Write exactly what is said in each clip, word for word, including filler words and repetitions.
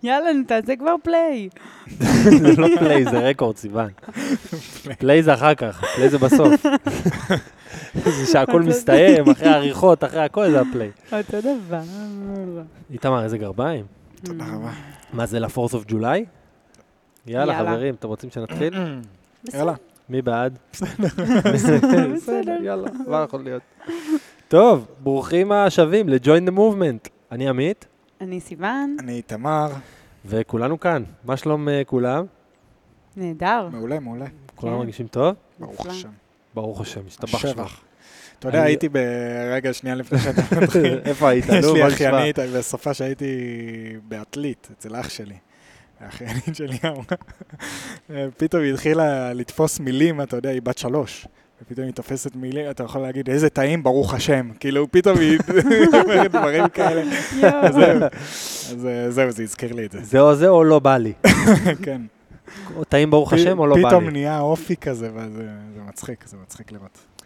יאללה, תעשה כבר פליי. זה לא פליי, זה רקורד, סיוון. פליי זה אחר כך, פליי זה בסוף. זה שהכל מסתיים, אחרי העריכות, אחרי הכל זה הפליי. אותו דבר. איתמר, איזה גרביים. תודה רבה. מה זה, ל-פורת' אוף ג'ולי? יאללה, חברים, אתם רוצים שנתחיל? יאללה. מי בעד? בסדר. יאללה, מה יכול להיות? טוב, ברוכים השבים ל-Join the Movement. אני עמית. אני סיוון. אני איתמר. וכולנו כאן. מה שלום כולם? נהדר. מעולה, מעולה. כולם מרגישים טוב? ברוך השם. ברוך השם, השתבח שלך. אתה יודע, הייתי ברגע שנייה לפני שאתה מתחיל. איפה היית? יש לי אחיינית, בסופה שהייתי באתלית, אצל אח שלי. האחיינית שלי אמרה, פתאום היא התחילה לתפוס מילים, אתה יודע, היא בת שלוש. ופתאום היא תופסת מילים, אתה יכול להגיד, איזה טעים, ברוך השם. כאילו, פתאום היא אומרת דברים כאלה. אז זהו, זה הזכיר לי את זה. זה או זה או לא בא לי. כן. טעים ברוך השם או לא בא לי. פתאום נהיה אופי כזה, וזה מצחיק, זה מצחיק לראות.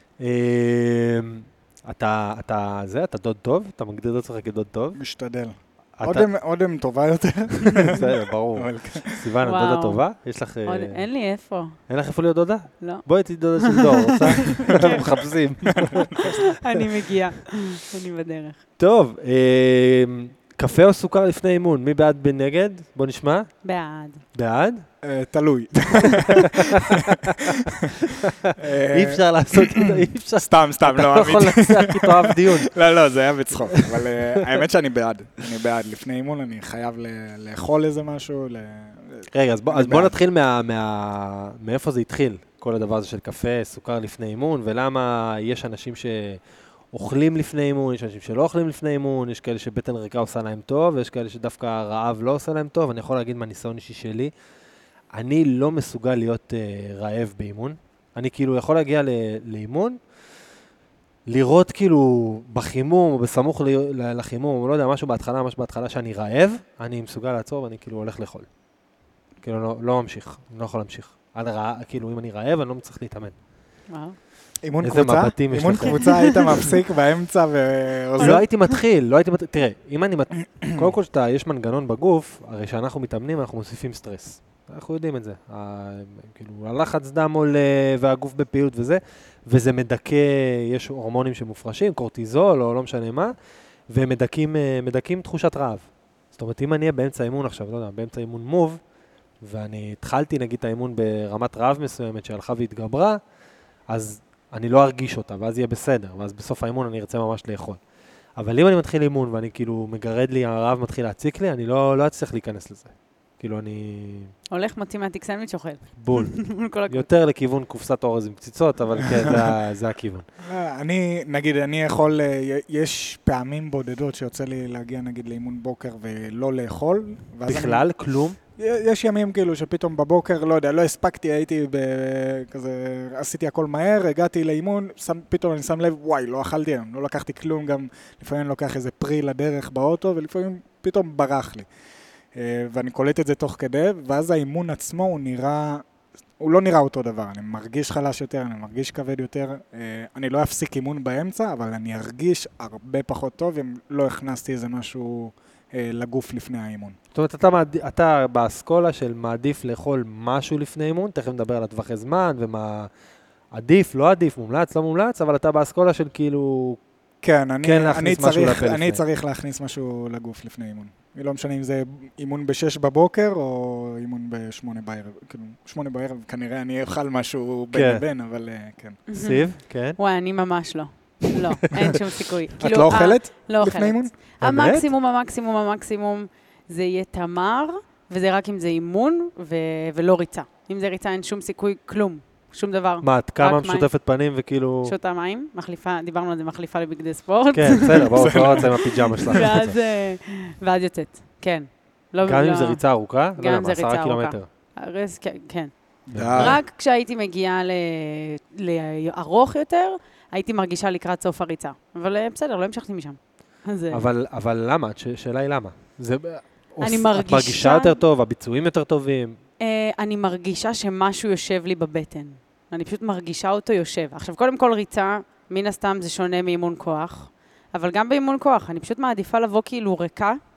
אתה, אתה זה, אתה דוד טוב? אתה מגדיר את עצמך כדוד טוב? משתדל. אודם טובה יותר. בסדר, ברור. סיוון, את דודה טובה? יש לך... אין לי איפה. אין לך איפה להיות דודה? לא. בואי תהי דודה של דור, רוצה? אנחנו מחפשים. אני מגיעה. אני בדרך. טוב, קפה או סוכר לפני אימון? מי בעד בנגד? בוא נשמע. בעד. בעד? תלוי. אי אפשר לעשות את זה, אי אפשר. סתם, סתם, לא אתה לא יכול לצח איתו אף דיון. לא, לא, זה היה בצחוק. אבל האמת שאני בעד. אני בעד. לפני אימון אני חייב לאכול איזה משהו. רגע, אז בוא נתחיל מאיפה זה התחיל, כל הדבר הזה של קפה, סוכר לפני אימון, ולמה יש אנשים שאוכלים לפני אימון, יש אנשים שלא אוכלים לפני אימון, יש כאלה שבטן ריקה עושה להם טוב, ויש כאלה שדווקא רעב לא עושה להם טוב. אני יכול להגיד מהניסיון אישי שלי, אני לא מסוגל להיות uh, רעב באימון. אני כאילו יכול להגיע ל- לאימון, לראות כאילו בחימום או בסמוך ל- לחימום, או לא יודע, משהו בהתחלה, משהו בהתחלה שאני רעב, אני מסוגל לעצור ואני כאילו הולך לאכול. כאילו לא, לא ממשיך, אני לא יכול להמשיך. עד רע, כאילו אם אני רעב, אני לא מצליח להתאמן. וואו. אימון קבוצה? אימון קבוצה היית מפסיק באמצע ועוזר? לא הייתי מתחיל, לא הייתי מתחיל. תראה, אם אני מתחיל, קודם כל שאתה, יש מנגנון בגוף, הרי שאנחנו מתאמנים, אנחנו מוסיפים סטרס. אנחנו יודעים את זה. כאילו, הלחץ דם עולה והגוף בפעילות וזה, וזה מדכא, יש הורמונים שמופרשים, קורטיזול או לא משנה מה, והם מדכאים, מדכאים תחושת רעב. זאת אומרת, אם אני אהיה באמצע אימון עכשיו, לא יודע, באמצע אימון מוב, ואני התחלתי נגיד את האימון ברמת רעב מסוימת שהלכה והתגברה, אז אני לא ארגיש אותה, ואז יהיה בסדר, ואז בסוף האימון אני ארצה ממש לאכול. אבל אם אני מתחיל אימון ואני כאילו מגרד לי, הרעב מתחיל להציק לי, אני לא, לא אצליח להיכנס לזה. כאילו אני... הולך מוציא מהתיק סנדוויץ' אוכל. בול. יותר לכיוון קופסת אורז עם קציצות, אבל כן, זה, זה הכיוון. אני, נגיד, אני יכול, יש פעמים בודדות שיוצא לי להגיע נגיד לאימון בוקר ולא לאכול. בכלל, אני... כלום? יש ימים כאילו שפתאום בבוקר, לא יודע, לא הספקתי, הייתי כזה, עשיתי הכל מהר, הגעתי לאימון, שם, פתאום אני שם לב, וואי, לא אכלתי היום, לא לקחתי כלום, גם לפעמים אני לוקח איזה פרי לדרך באוטו, ולפעמים פתאום ברח לי. ואני קולט את זה תוך כדי, ואז האימון עצמו הוא נראה, הוא לא נראה אותו דבר, אני מרגיש חלש יותר, אני מרגיש כבד יותר, אני לא אפסיק אימון באמצע, אבל אני ארגיש הרבה פחות טוב, אם לא הכנסתי איזה משהו לגוף לפני האימון. זאת אומרת, אתה, מעד... אתה באסכולה של מעדיף לאכול משהו לפני אימון, תכף נדבר על הטווחי זמן, ומה עדיף, לא עדיף, מומלץ, לא מומלץ, אבל אתה באסכולה של כאילו... כן, אני, כן אני, צריך, אני צריך להכניס משהו לגוף לפני אימון. לא משנה אם זה אימון בשש בבוקר או אימון בשמונה בערב. כאילו, שמונה בערב כנראה אני אוכל משהו בין לבין, אבל כן. סיב, כן. וואי, אני ממש לא. לא, אין שום סיכוי. את לא אוכלת? לא אוכלת. לפני אימון? המקסימום, המקסימום, המקסימום זה יהיה תמר, וזה רק אם זה אימון ולא ריצה. אם זה ריצה אין שום סיכוי, כלום. שום דבר. מה, את כמה משותפת פנים וכאילו... שותה מים, מחליפה, דיברנו על זה, מחליפה לבגדי ספורט. כן, בסדר, בואו, לא רצה עם הפיג'מה שלך. ואז יוצאת, כן. גם אם זה ריצה ארוכה? גם אם זה ריצה ארוכה. כן. רק כשהייתי מגיעה לארוך את הייתי מרגישה לקראת סוף הריצה. אבל בסדר, לא המשכתי משם. אבל למה? שאלה היא למה? אני מרגישה... את מרגישה יותר טוב, הביצועים יותר טובים? אני מרגישה שמשהו יושב לי בבטן. אני פשוט מרגישה אותו יושב. עכשיו, קודם כל ריצה, מן הסתם זה שונה מאימון כוח, אבל גם באימון כוח, אני פשוט מעדיפה לבוא כאילו ריקה,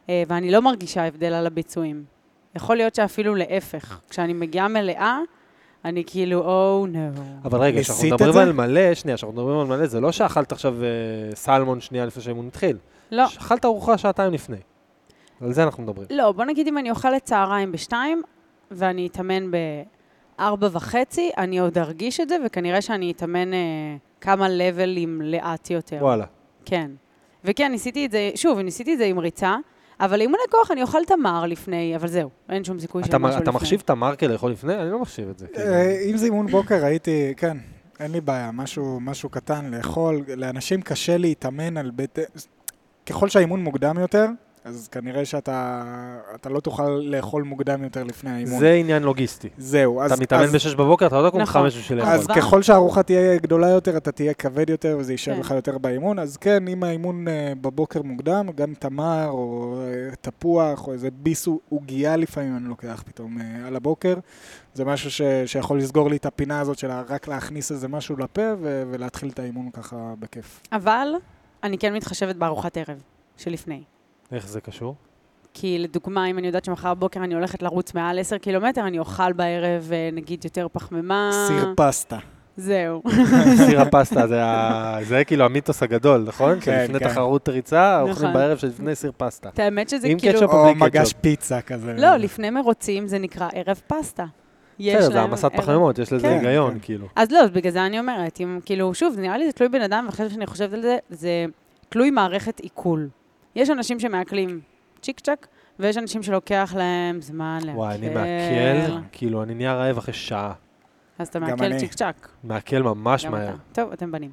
ואני לא מרגישה הבדל על הביצועים. יכול להיות שאפילו להפך. כשאני מגיעה מלאה, אני כאילו, או נו. אבל רגע, כשאנחנו מדברים על מלא, שנייה, כשאנחנו מדברים על מלא, זה לא שאכלת עכשיו סלמון שנייה לפני שהאימון התחיל. לא. אכלת ארוחה שעתיים לפני. על זה אנחנו מדברים. לא, בוא נגיד אם אני אוכלת צהריים בשתיים, ואני אתאמן בארבע וחצי, אני עוד ארגיש את זה, וכנראה שאני אתאמן אה, כמה לבלים לאט יותר. וואלה. כן. וכן, ניסיתי את זה, שוב, ניסיתי את זה עם ריצה, אבל אימוני כוח אני אוכל תמר לפני, אבל זהו, אין שום סיכוי של משהו לפני. אתה מחשיב תמר כלאכול לפני? אני לא מחשיב את זה. אם זה אימון בוקר, הייתי, כן, אין לי בעיה, משהו קטן לאכול. לאנשים קשה להתאמן על בית... ככל שהאימון מוקדם יותר, אז כנראה שאתה אתה לא תוכל לאכול מוקדם יותר לפני האימון. זה עניין לוגיסטי. זהו. אתה מתאמן בשש בבוקר, אתה לא תקום חמש בשביל לאכול. אז ככל שהארוחה תהיה גדולה יותר, אתה תהיה כבד יותר, וזה יישאר לך יותר באימון. אז כן, אם האימון בבוקר מוקדם, גם תמר או תפוח, או איזה ביס עוגיה לפעמים אני לוקח פתאום על הבוקר. זה משהו ש, שיכול לסגור לי את הפינה הזאת של רק להכניס איזה משהו לפה, ו, ולהתחיל את האימון ככה בכיף. אבל אני כן מתחשבת בארוחת ערב שלפני. איך זה קשור? כי לדוגמה, אם אני יודעת שמחר בבוקר אני הולכת לרוץ מעל עשר קילומטר, אני אוכל בערב, נגיד, יותר פחמימה. סיר פסטה. זהו. סיר הפסטה, זה, ה... זה כאילו המיתוס הגדול, נכון? כן, שלפני כן. תחרות ריצה, אוכלים בערב שלפני סיר פסטה. את האמת שזה עם כאילו... קטשופ או או בלי קטשופ. מגש פיצה כזה. לא, לפני מרוצים זה נקרא ערב פסטה. בסדר, זה המסת פחמימות, יש לזה היגיון, כאילו. אז לא, בגלל זה אני אומרת, אם, כאילו, שוב, זה נראה לי זה תלוי בן אדם, ואחרי שאני חושבת על זה, זה תלוי מערכת עיכול. יש אנשים שמעכלים צ'יק צ'ק, ויש אנשים שלוקח להם זמן להקל. וואי, אני מעכל, כאילו, אני נהיה רעב אחרי שעה. אז אתה מעכל צ'יק צ'ק. מעכל ממש מהר. טוב, אתם בנים.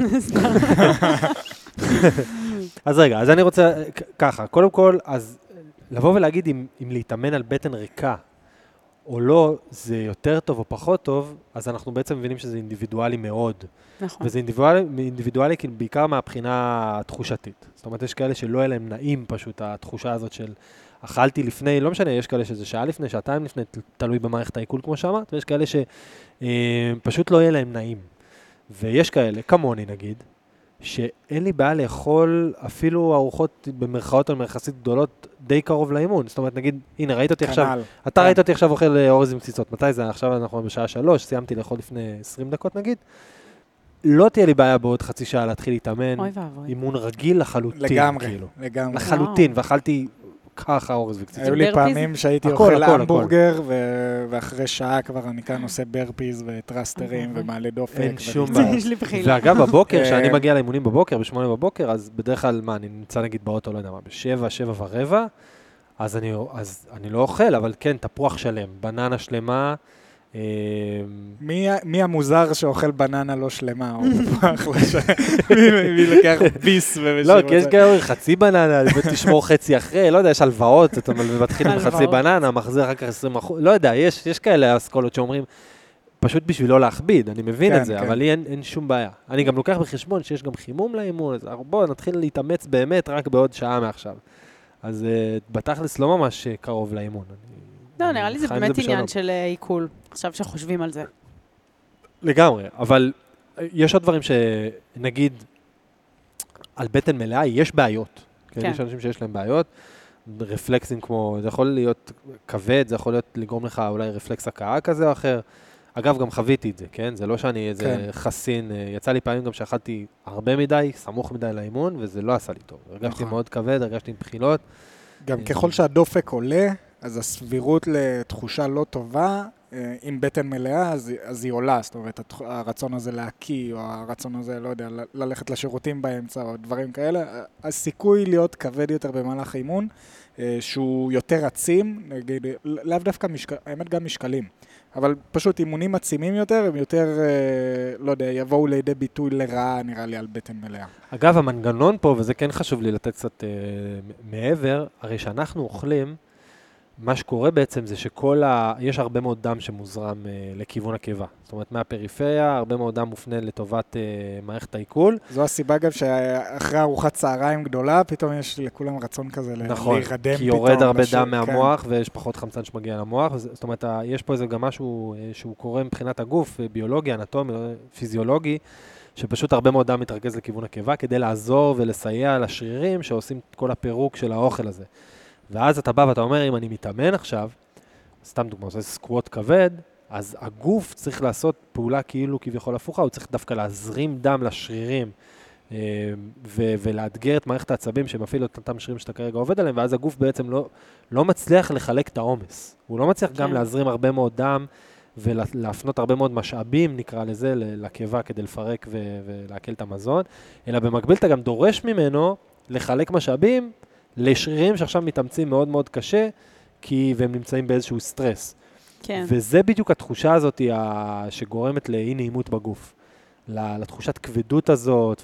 אז רגע, אז אני רוצה, ככה, קודם כל, אז לבוא ולהגיד אם, אם להתאמן על בטן ריקה, או לא, זה יותר טוב או פחות טוב, אז אנחנו בעצם מבינים שזה אינדיבידואלי מאוד. נכון. וזה אינדיבידואלי, אינדיבידואלי בעיקר מהבחינה התחושתית. זאת אומרת, יש כאלה שלא יהיה להם נעים פשוט התחושה הזאת של אכלתי לפני, לא משנה, יש כאלה שזה שעה לפני, שעתיים לפני, תלוי במערכת העיכול כמו שאמרת, ויש כאלה שפשוט לא יהיה להם נעים. ויש כאלה, כמוני נגיד, שאין לי בעיה לאכול אפילו ארוחות במרכאות או מרכסית גדולות די קרוב לאימון. זאת אומרת, נגיד, הנה, ראית אותי עכשיו, אתה ראית אותי עכשיו אוכל אורז עם קציצות. מתי זה? עכשיו אנחנו בשעה שלוש, סיימתי לאכול לפני עשרים דקות נגיד. לא תהיה לי בעיה בעוד חצי שעה להתחיל להתאמן. אוי ואבוי. אימון רגיל לחלוטין. לגמרי, כאילו. לגמרי. לחלוטין, ואכלתי ככה אורז וקציצות. היו לי פעמים שהייתי אוכל המבורגר, ואחרי שעה כבר אני כאן עושה ברפיז וטרסטרים ומעלה דופק. אין שום בעיה. ואגב, בבוקר, כשאני מגיע לאימונים בבוקר, בשמונה בבוקר, אז בדרך כלל, מה, אני נמצא נגיד באוטו, לא יודע מה, בשבע, שבע ורבע, אז אני, אז אני לא אוכל, אבל כן, תפוח שלם, בננה שלמה. מי, מי המוזר שאוכל בננה לא שלמה, או תפוח, מי לקח ביס ומשאיר לא, כי יש כאלה חצי בננה, ותשמור חצי אחרי, לא יודע, יש הלוואות, אתה מתחיל עם חצי בננה, מחזיר אחר כך עשרים אחוז, לא יודע, יש, יש כאלה אסכולות שאומרים, פשוט בשביל לא להכביד, אני מבין כן, את זה, כן. אבל לי אין, אין שום בעיה. אני גם לוקח בחשבון שיש גם חימום לאימון, אז בואו נתחיל להתאמץ באמת רק בעוד שעה מעכשיו. אז בתכלס לא ממש קרוב לאימון. לא, נראה לי זה באמת עניין של עיכול, עכשיו שחושבים על זה. לגמרי, אבל יש עוד דברים שנגיד, על בטן מלאה יש בעיות. כן. יש אנשים שיש להם בעיות, רפלקסים כמו, זה יכול להיות כבד, זה יכול להיות לגרום לך אולי רפלקס הקאה כזה או אחר. אגב, גם חוויתי את זה, כן? זה לא שאני איזה כן. חסין, יצא לי פעמים גם שאכלתי הרבה מדי, סמוך מדי לאימון, וזה לא עשה לי טוב. הרגשתי מאוד כבד, הרגשתי עם בחילות. גם ככל שהדופק עולה, אז הסבירות לתחושה לא טובה, עם בטן מלאה, אז, אז היא עולה. זאת אומרת, הרצון הזה להקיא, או הרצון הזה, לא יודע, ללכת לשירותים באמצע, או דברים כאלה, הסיכוי להיות כבד יותר במהלך אימון, שהוא יותר עצים, נגיד, לאו דווקא משקל, האמת גם משקלים, אבל פשוט אימונים עצימים יותר, הם יותר, לא יודע, יבואו לידי ביטוי לרעה, נראה לי, על בטן מלאה. אגב, המנגנון פה, וזה כן חשוב לי לתת קצת אה, מעבר, הרי שאנחנו אוכלים, מה שקורה בעצם זה שכל ה... יש הרבה מאוד דם שמוזרם אה, לכיוון הקיבה. זאת אומרת, מהפריפריה, הרבה מאוד דם מופנה לטובת אה, מערכת העיכול. זו הסיבה גם שאחרי ארוחת צהריים גדולה, פתאום יש לכולם רצון כזה נכון, להירדם פתאום. כי יורד הרבה דם מהמוח, כן. ויש פחות חמצן שמגיע למוח. זאת אומרת, יש פה איזה גם משהו שהוא קורה מבחינת הגוף, ביולוגי, אנטומי, פיזיולוגי, שפשוט הרבה מאוד דם מתרכז לכיוון הקיבה, כדי לעזור ולסייע לשרירים שעושים את כל הפירוק של האוכל הזה. ואז אתה בא ואתה אומר, אם אני מתאמן עכשיו, סתם דוגמא, עושה סקווט כבד, אז הגוף צריך לעשות פעולה כאילו כביכול הפוכה, הוא צריך דווקא להזרים דם לשרירים, ו- ולאתגר את מערכת העצבים שמפעיל את אותם שרירים שאתה כרגע עובד עליהם, ואז הגוף בעצם לא, לא מצליח לחלק את העומס. הוא לא מצליח כן. גם להזרים הרבה מאוד דם, ולהפנות הרבה מאוד משאבים, נקרא לזה, לקיבה כדי לפרק ו- ולהקל את המזון, אלא במקביל אתה גם דורש ממנו לחלק משאבים לשרירים שעכשיו מתאמצים מאוד מאוד קשה, כי והם נמצאים באיזשהו סטרס. כן. וזה בדיוק התחושה הזאת שגורמת לאי נעימות בגוף. לתחושת כבדות הזאת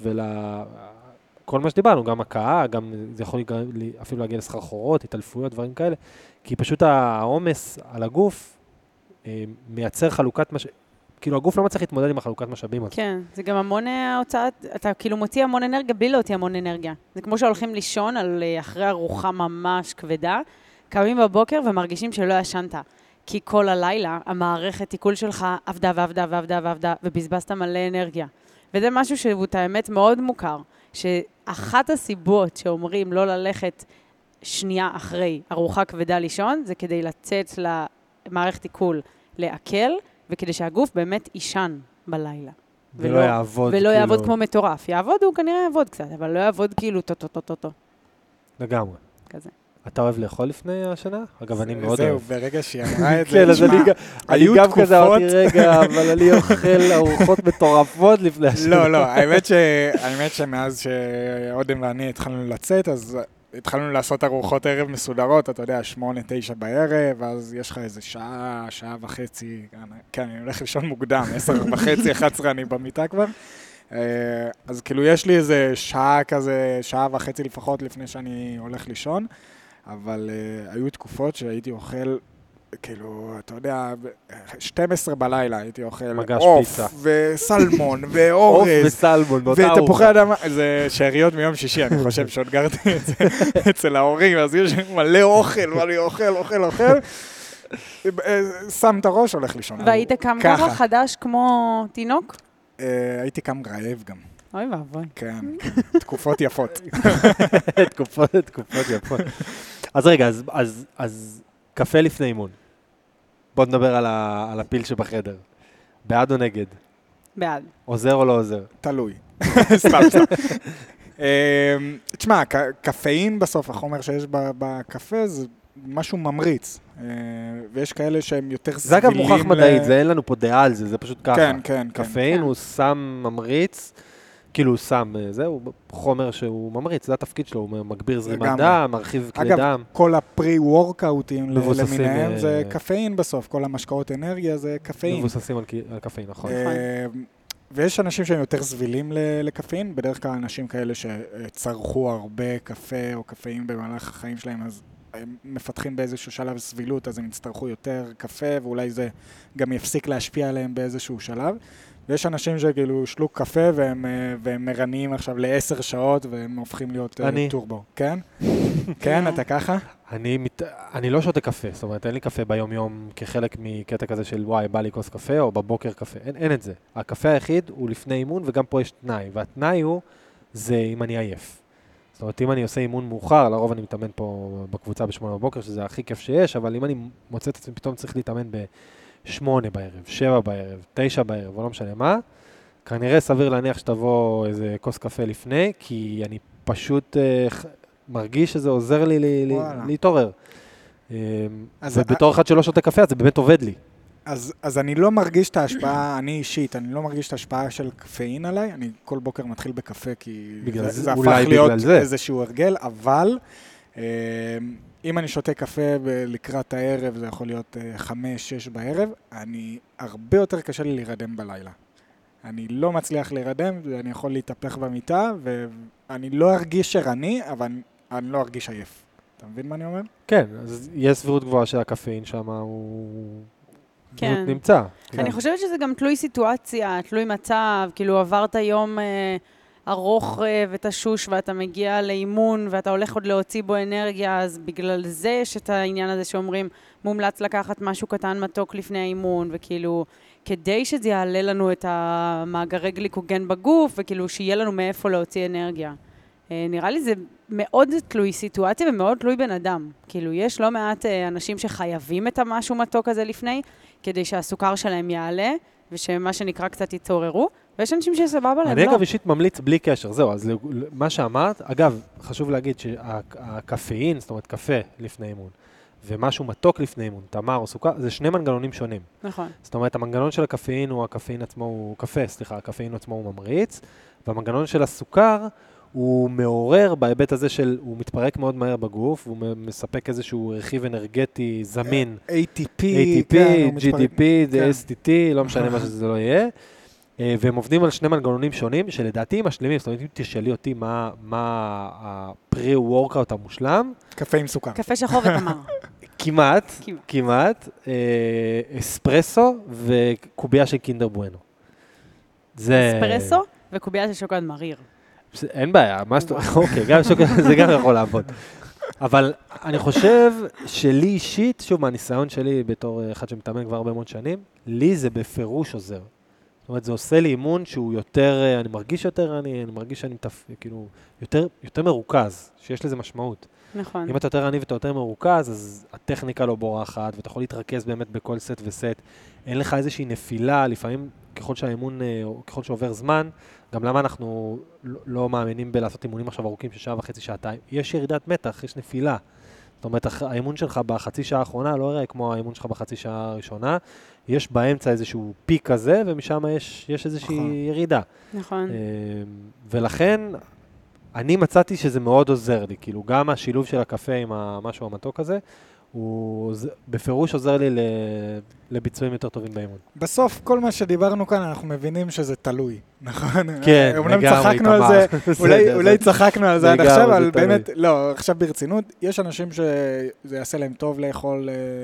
ולכל מה שדיברנו, גם הקאה, גם זה יכול אפילו להגיע לסחרחורות, התעלפויות, דברים כאלה, כי פשוט העומס על הגוף מייצר חלוקת משאבים, כאילו הגוף לא מצליח להתמודד עם החלוקת משאבים הזאת. כן, זה גם המון ההוצאת, אתה כאילו מוציא המון אנרגיה בלי להוציא המון אנרגיה. זה כמו שהולכים לישון על אחרי ארוחה ממש כבדה, קמים בבוקר ומרגישים שלא ישנת. כי כל הלילה המערכת עיכול שלך עבדה ועבדה ועבדה ועבדה, ובזבזת מלא אנרגיה. וזה משהו שהוא את האמת מאוד מוכר, שאחת הסיבות שאומרים לא ללכת שנייה אחרי ארוחה כבדה לישון, זה כדי לצאת למערכת עיכול לעכל, וכדי שהגוף באמת יישן בלילה. ולא יעבוד. ולא יעבוד כמו מטורף. יעבוד, הוא כנראה יעבוד קצת, אבל לא יעבוד כאילו טו-טו-טו-טו. לגמרי. כזה. אתה אוהב לאכול לפני השנה? אגב, אני מאוד אוהב. זהו, ברגע שהיא אמרה את זה, כן, אז אני גם כזה אמרתי, רגע, אבל אני אוכל ארוחות מטורפות לפני השנה. לא, לא, האמת שמאז שעודם ואני התחלנו לצאת, אז התחלנו לעשות ארוחות ערב מסודרות, אתה יודע, שמונה, תשע בערב, אז יש לך איזה שעה, שעה וחצי, כן, אני הולך לישון מוקדם, עשר וחצי, אחת עשרה אני במיטה כבר. אז כאילו יש לי איזה שעה כזה, שעה וחצי לפחות לפני שאני הולך לישון, אבל uh, היו תקופות שהייתי אוכל, כאילו, אתה יודע, שתים עשרה בלילה הייתי אוכל אוף וסלמון ואורז. אוף וסלמון, באותה ארוחה. ותפוחי אדמה, זה שאריות מיום שישי, אני חושב שעוד גרתי את זה אצל ההורים, אז יש מלא אוכל, ואני אוכל, אוכל, אוכל. שם את הראש, הולך לישון. והיית קם ככה חדש כמו תינוק? הייתי קם רעב גם. אוי ואבוי. כן, תקופות יפות. תקופות, תקופות יפות. אז רגע, אז, אז, אז קפה לפני אימון. בוא נדבר על, ה, על הפיל שבחדר. בעד או נגד? בעד. עוזר או לא עוזר? תלוי. סתם, סתם. תשמע, קפאין בסוף, החומר שיש בקפה, זה משהו ממריץ. ויש כאלה שהם יותר סבילים. זה אגב מוכח מדעית, זה אין לנו פה דעה על זה, זה פשוט ככה. כן, כן. קפאין הוא סם ממריץ, כאילו הוא סם, זהו, חומר שהוא ממריץ, זה התפקיד שלו, הוא מגביר זרימת דם, מרחיב כלי דם. אגב, כל הפרי-וורקאוטים למיניהם זה קפאין בסוף, כל המשקאות אנרגיה זה קפאין. מבוססים על קפאין, נכון. ויש אנשים שהם יותר סבילים לקפאין, בדרך כלל אנשים כאלה שצרכו הרבה קפה או קפאין במהלך החיים שלהם, אז הם מפתחים באיזשהו שלב סבילות, אז הם יצטרכו יותר קפה, ואולי זה גם יפסיק להשפיע עליהם באיזשהו שלב. ויש אנשים שכאילו שלוק קפה, והם, והם מרניים עכשיו לעשר שעות, והם הופכים להיות אני. טורבו. כן? כן, אתה ככה? אני, מת... אני לא שותה קפה, זאת אומרת, אין לי קפה ביום יום כחלק מקטע כזה של וואי, בא לי כוס קפה, או בבוקר קפה. אין, אין את זה. הקפה היחיד הוא לפני אימון, וגם פה יש תנאי. והתנאי הוא, זה אם אני עייף. זאת אומרת, אם אני עושה אימון מאוחר, לרוב אני מתאמן פה בקבוצה בשמונה בבוקר, שזה הכי כיף שיש, אבל אם אני מוצא את עצמי, פתאום צריך להתאמן בשמונה בערב, שבע בערב, תשע בערב, או לא משנה מה, כנראה סביר להניח שתבוא איזה כוס קפה לפני, כי אני פשוט אה, מרגיש שזה עוזר לי לי להתעורר. אה, ובתור אחד שלא שותה קפה, אז זה באמת עובד לי. אז, אז אני לא מרגיש את ההשפעה, אני אישית, אני לא מרגיש את ההשפעה של קפאין עליי, אני כל בוקר מתחיל בקפה, כי זה, זה, זה הפך להיות זה. איזשהו הרגל, אבל אה, אם אני שותה קפה לקראת הערב, זה יכול להיות חמש, שש בערב, אני הרבה יותר קשה לי להירדם בלילה. אני לא מצליח להירדם, ואני יכול להתהפך במיטה, ואני לא ארגיש שרני, אבל אני, אני לא ארגיש עייף. אתה מבין מה אני אומר? כן, אז יש סבירות גבוהה שהקפאין שם הוא... כן. נמצא. אני חושבת שזה גם תלוי סיטואציה, תלוי מצב, כאילו עברת יום אה, ארוך אה, ותשוש ואתה מגיע לאימון ואתה הולך עוד להוציא בו אנרגיה, אז בגלל זה יש את העניין הזה שאומרים, מומלץ לקחת משהו קטן מתוק לפני האימון, וכאילו כדי שזה יעלה לנו את המאגרי גליקוגן בגוף, וכאילו שיהיה לנו מאיפה להוציא אנרגיה. אה, נראה לי זה מאוד תלוי סיטואציה ומאוד תלוי בן אדם. כאילו, יש לא מעט אנשים שחייבים את המשהו מתוק הזה לפני, כדי שהסוכר שלהם יעלה, ושמה שנקרא קצת יתעוררו, ויש אנשים שסבבה להם, אני לא. אגב אישית ממליץ בלי קשר, זהו, אז מה שאמרת, אגב, חשוב להגיד שהקפאין, זאת אומרת קפה לפני אימון, ומשהו מתוק לפני אימון, תמר או סוכר, זה שני מנגנונים שונים. נכון. זאת אומרת, המנגנון של הקפאין הוא, הקפאין עצמו הוא, קפה, סליחה, הקפאין עצמו הוא ממריץ, והמנגנון של הסוכר הוא מעורר בהיבט הזה של, הוא מתפרק מאוד מהר בגוף, הוא מספק איזשהו רכיב אנרגטי זמין. A T P, A T P, G D P, S T T, לא משנה מה שזה לא יהיה. והם עובדים על שני מנגנונים שונים, שלדעתי משלימים, זאת אומרת, אם תשאלי אותי מה הפרי-וורקאוט המושלם. קפה עם סוכר. קפה שחור ותמר. כמעט, כמעט, אספרסו וקובייה של קינדר בואנו. אספרסו וקובייה של שוקולד מריר. אין בעיה, אוקיי, גם שוקולד, זה גם יכול לעבוד. אבל אני חושב שלי אישית, שוב, מהניסיון שלי בתור אחד שמתאמן כבר הרבה מאוד שנים, לי זה בפירוש עוזר. זאת אומרת, זה עושה לי אימון שהוא יותר, אני מרגיש יותר, אני, אני מרגיש שאני מתפ... כאילו, יותר, יותר מרוכז, שיש לזה משמעות. נכון. אם אתה יותר עני ואתה יותר מרוכז, אז הטכניקה לא בורחת, ואתה יכול להתרכז באמת בכל סט וסט. אין לך איזושהי נפילה, לפעמים ככל שהאימון, או ככל שעובר זמן, גם למה אנחנו לא, לא מאמינים בלעשות אימונים עכשיו ארוכים של שעה וחצי, שעתיים. יש ירידת מתח, יש נפילה. זאת אומרת, האימון שלך בחצי שעה האחרונה לא יראה כמו האימון שלך בחצי שעה הראשונה. יש באמצע איזשהו פיק כזה, ומשם יש, יש איזושהי נכון. ירידה. נכון. ולכן, אני מצאתי שזה מאוד עוזר לי. כאילו, גם השילוב של הקפה עם המשהו המתוק הזה, הוא בפירוש עוזר לי לביצועים יותר טובים באימון. בסוף, כל מה שדיברנו כאן, אנחנו מבינים שזה תלוי, נכון? כן, לגמרי, תמר. אולי צחקנו על זה עד עכשיו, אבל באמת, לא, עכשיו ברצינות, יש אנשים שזה יעשה להם טוב לאכול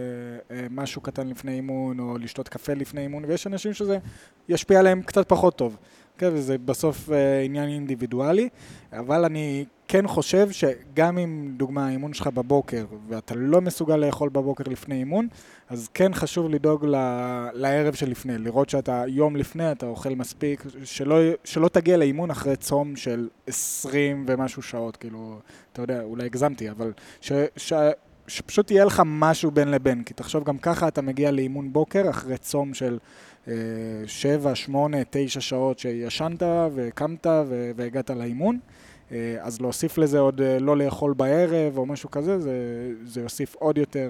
משהו קטן לפני אימון, או לשתות קפה לפני אימון, ויש אנשים שזה ישפיע עליהם קצת פחות טוב. כן, וזה בסוף עניין אינדיבידואלי, אבל אני כן חושב שגם אם, דוגמה, האימון שלך בבוקר, ואתה לא מסוגל לאכול בבוקר לפני אימון, אז כן חשוב לדאוג ל- לערב שלפני, לראות שאתה יום לפני, אתה אוכל מספיק, שלא, שלא תגיע לאימון אחרי צום של עשרים ומשהו שעות, כאילו, אתה יודע, אולי הגזמתי, אבל ש, ש, שפשוט יהיה לך משהו בין לבין, כי תחשוב גם ככה אתה מגיע לאימון בוקר אחרי צום של שבע, שמונה, תשע שעות שישנת וקמת והגעת לאימון, אז להוסיף לזה עוד לא לאכול בערב או משהו כזה, זה, זה יוסיף עוד יותר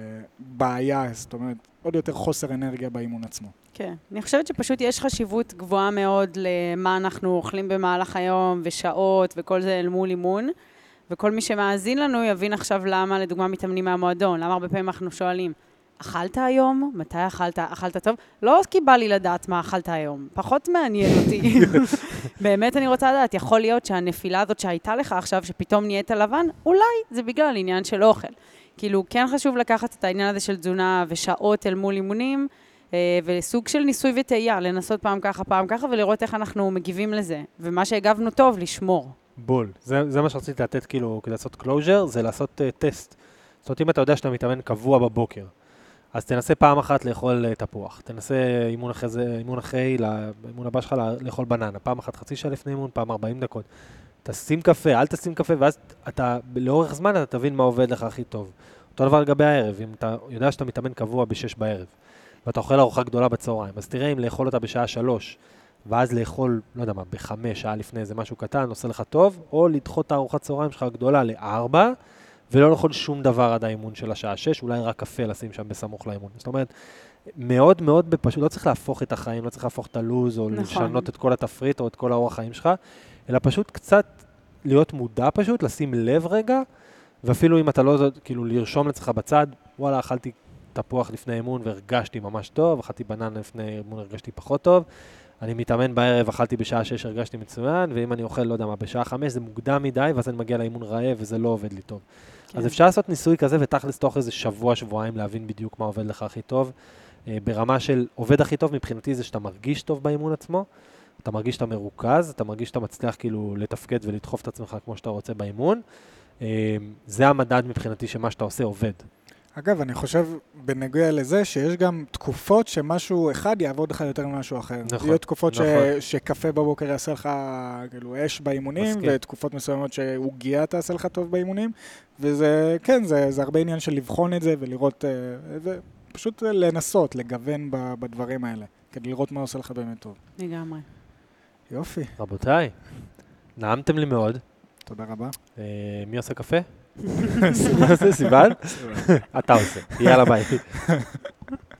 בעיה, זאת אומרת, עוד יותר חוסר אנרגיה באימון עצמו. כן, אני חושבת שפשוט יש חשיבות גבוהה מאוד למה אנחנו אוכלים במהלך היום ושעות וכל זה אל מול אימון, וכל מי שמאזין לנו יבין עכשיו למה, לדוגמה, מתאמנים מהמועדון, למה הרבה פעמים אנחנו שואלים, אכלת היום? מתי אכלת? אכלת טוב? לא כי בא לי לדעת מה אכלת היום. פחות מעניין אותי. באמת אני רוצה לדעת, יכול להיות שהנפילה הזאת שהייתה לך עכשיו, שפתאום נהיית לבן, אולי זה בגלל עניין של אוכל. כאילו, כן חשוב לקחת את העניין הזה של תזונה ושעות אל מול אימונים, וסוג של ניסוי וטעייה, לנסות פעם ככה, פעם ככה, ולראות איך אנחנו מגיבים לזה. ומה שהגבנו טוב, לשמור. בול. זה, זה מה שרציתי לתת, כאילו, כדי לעשות closure, זה לעשות uh, טסט. זאת אומרת, אם אתה יודע שאתה מתאמן קבוע בבוקר, אז תנסה פעם אחת לאכול תפוח, תנסה אימון אחרי זה, אימון אחרי, אימון הבא שלך לאכול בננה, פעם אחת חצי שעה לפני אימון, פעם ארבעים דקות. תשים קפה, אל תשים קפה, ואז אתה, לאורך זמן אתה תבין מה עובד לך הכי טוב. אותו דבר לגבי הערב, אם אתה יודע שאתה מתאמן קבוע בשש בערב, ואתה אוכל ארוחה גדולה בצהריים, אז תראה אם לאכול אותה בשעה שלוש, ואז לאכול, לא יודע מה, בחמש, שעה לפני איזה משהו קטן, עושה לך טוב, או לדחות את הארוחת צהריים שלך גדולה לארבע, ולא לאכול שום דבר עד האימון של השעה שש, אולי רק קפה לשים שם בסמוך לאימון. זאת אומרת, מאוד מאוד בפשוט, לא צריך להפוך את החיים, לא צריך להפוך את הלוז, או נכון. לשנות את כל התפריט, או את כל האורח חיים שלך, אלא פשוט קצת להיות מודע פשוט, לשים לב רגע, ואפילו אם אתה לא, כאילו, לרשום לצלך בצד, וואלה, אכלתי תפוח לפני אימון והרגשתי ממש טוב, אכלתי בננה לפני אימון, הרגשתי פחות טוב, אני מתאמן בערב, אכלתי בשעה שש, הרגשתי מצוין, ואם אני אוכל, לא יודע מה, בשעה חמש, זה מוקדם מדי, ואז אני מגיע לאימון רעב, וזה לא עובד לי טוב. כן. אז אפשר לעשות ניסוי כזה, ותכלס תוך איזה שבוע, שבועיים, להבין בדיוק מה עובד לך הכי טוב. ברמה של עובד הכי טוב מבחינתי זה שאתה מרגיש טוב באימון עצמו, אתה מרגיש שאתה מרוכז, אתה מרגיש שאתה מצליח כאילו לתפקד ולדחוף את עצמך כמו שאתה רוצה באימון. זה המדד מבחינתי שמה שאתה עושה עובד. אגב, אני חושב בנגוע לזה שיש גם תקופות שמשהו אחד יעבוד לך יותר ממשהו אחר. נכון, יהיו תקופות נכון. ש... שקפה בבוקר יעשה לך כאילו אש באימונים, מסכים. ותקופות מסוימות שעוגיה תעשה לך טוב באימונים, וזה, כן, זה, זה הרבה עניין של לבחון את זה ולראות, אה, ופשוט לנסות, לגוון ב- בדברים האלה, כדי לראות מה עושה לך באמת טוב. לגמרי. יופי, רבותיי, נעמתם לי מאוד. תודה רבה. אה, מי עושה קפה? סיוון? אתה עושה. יאללה ביי.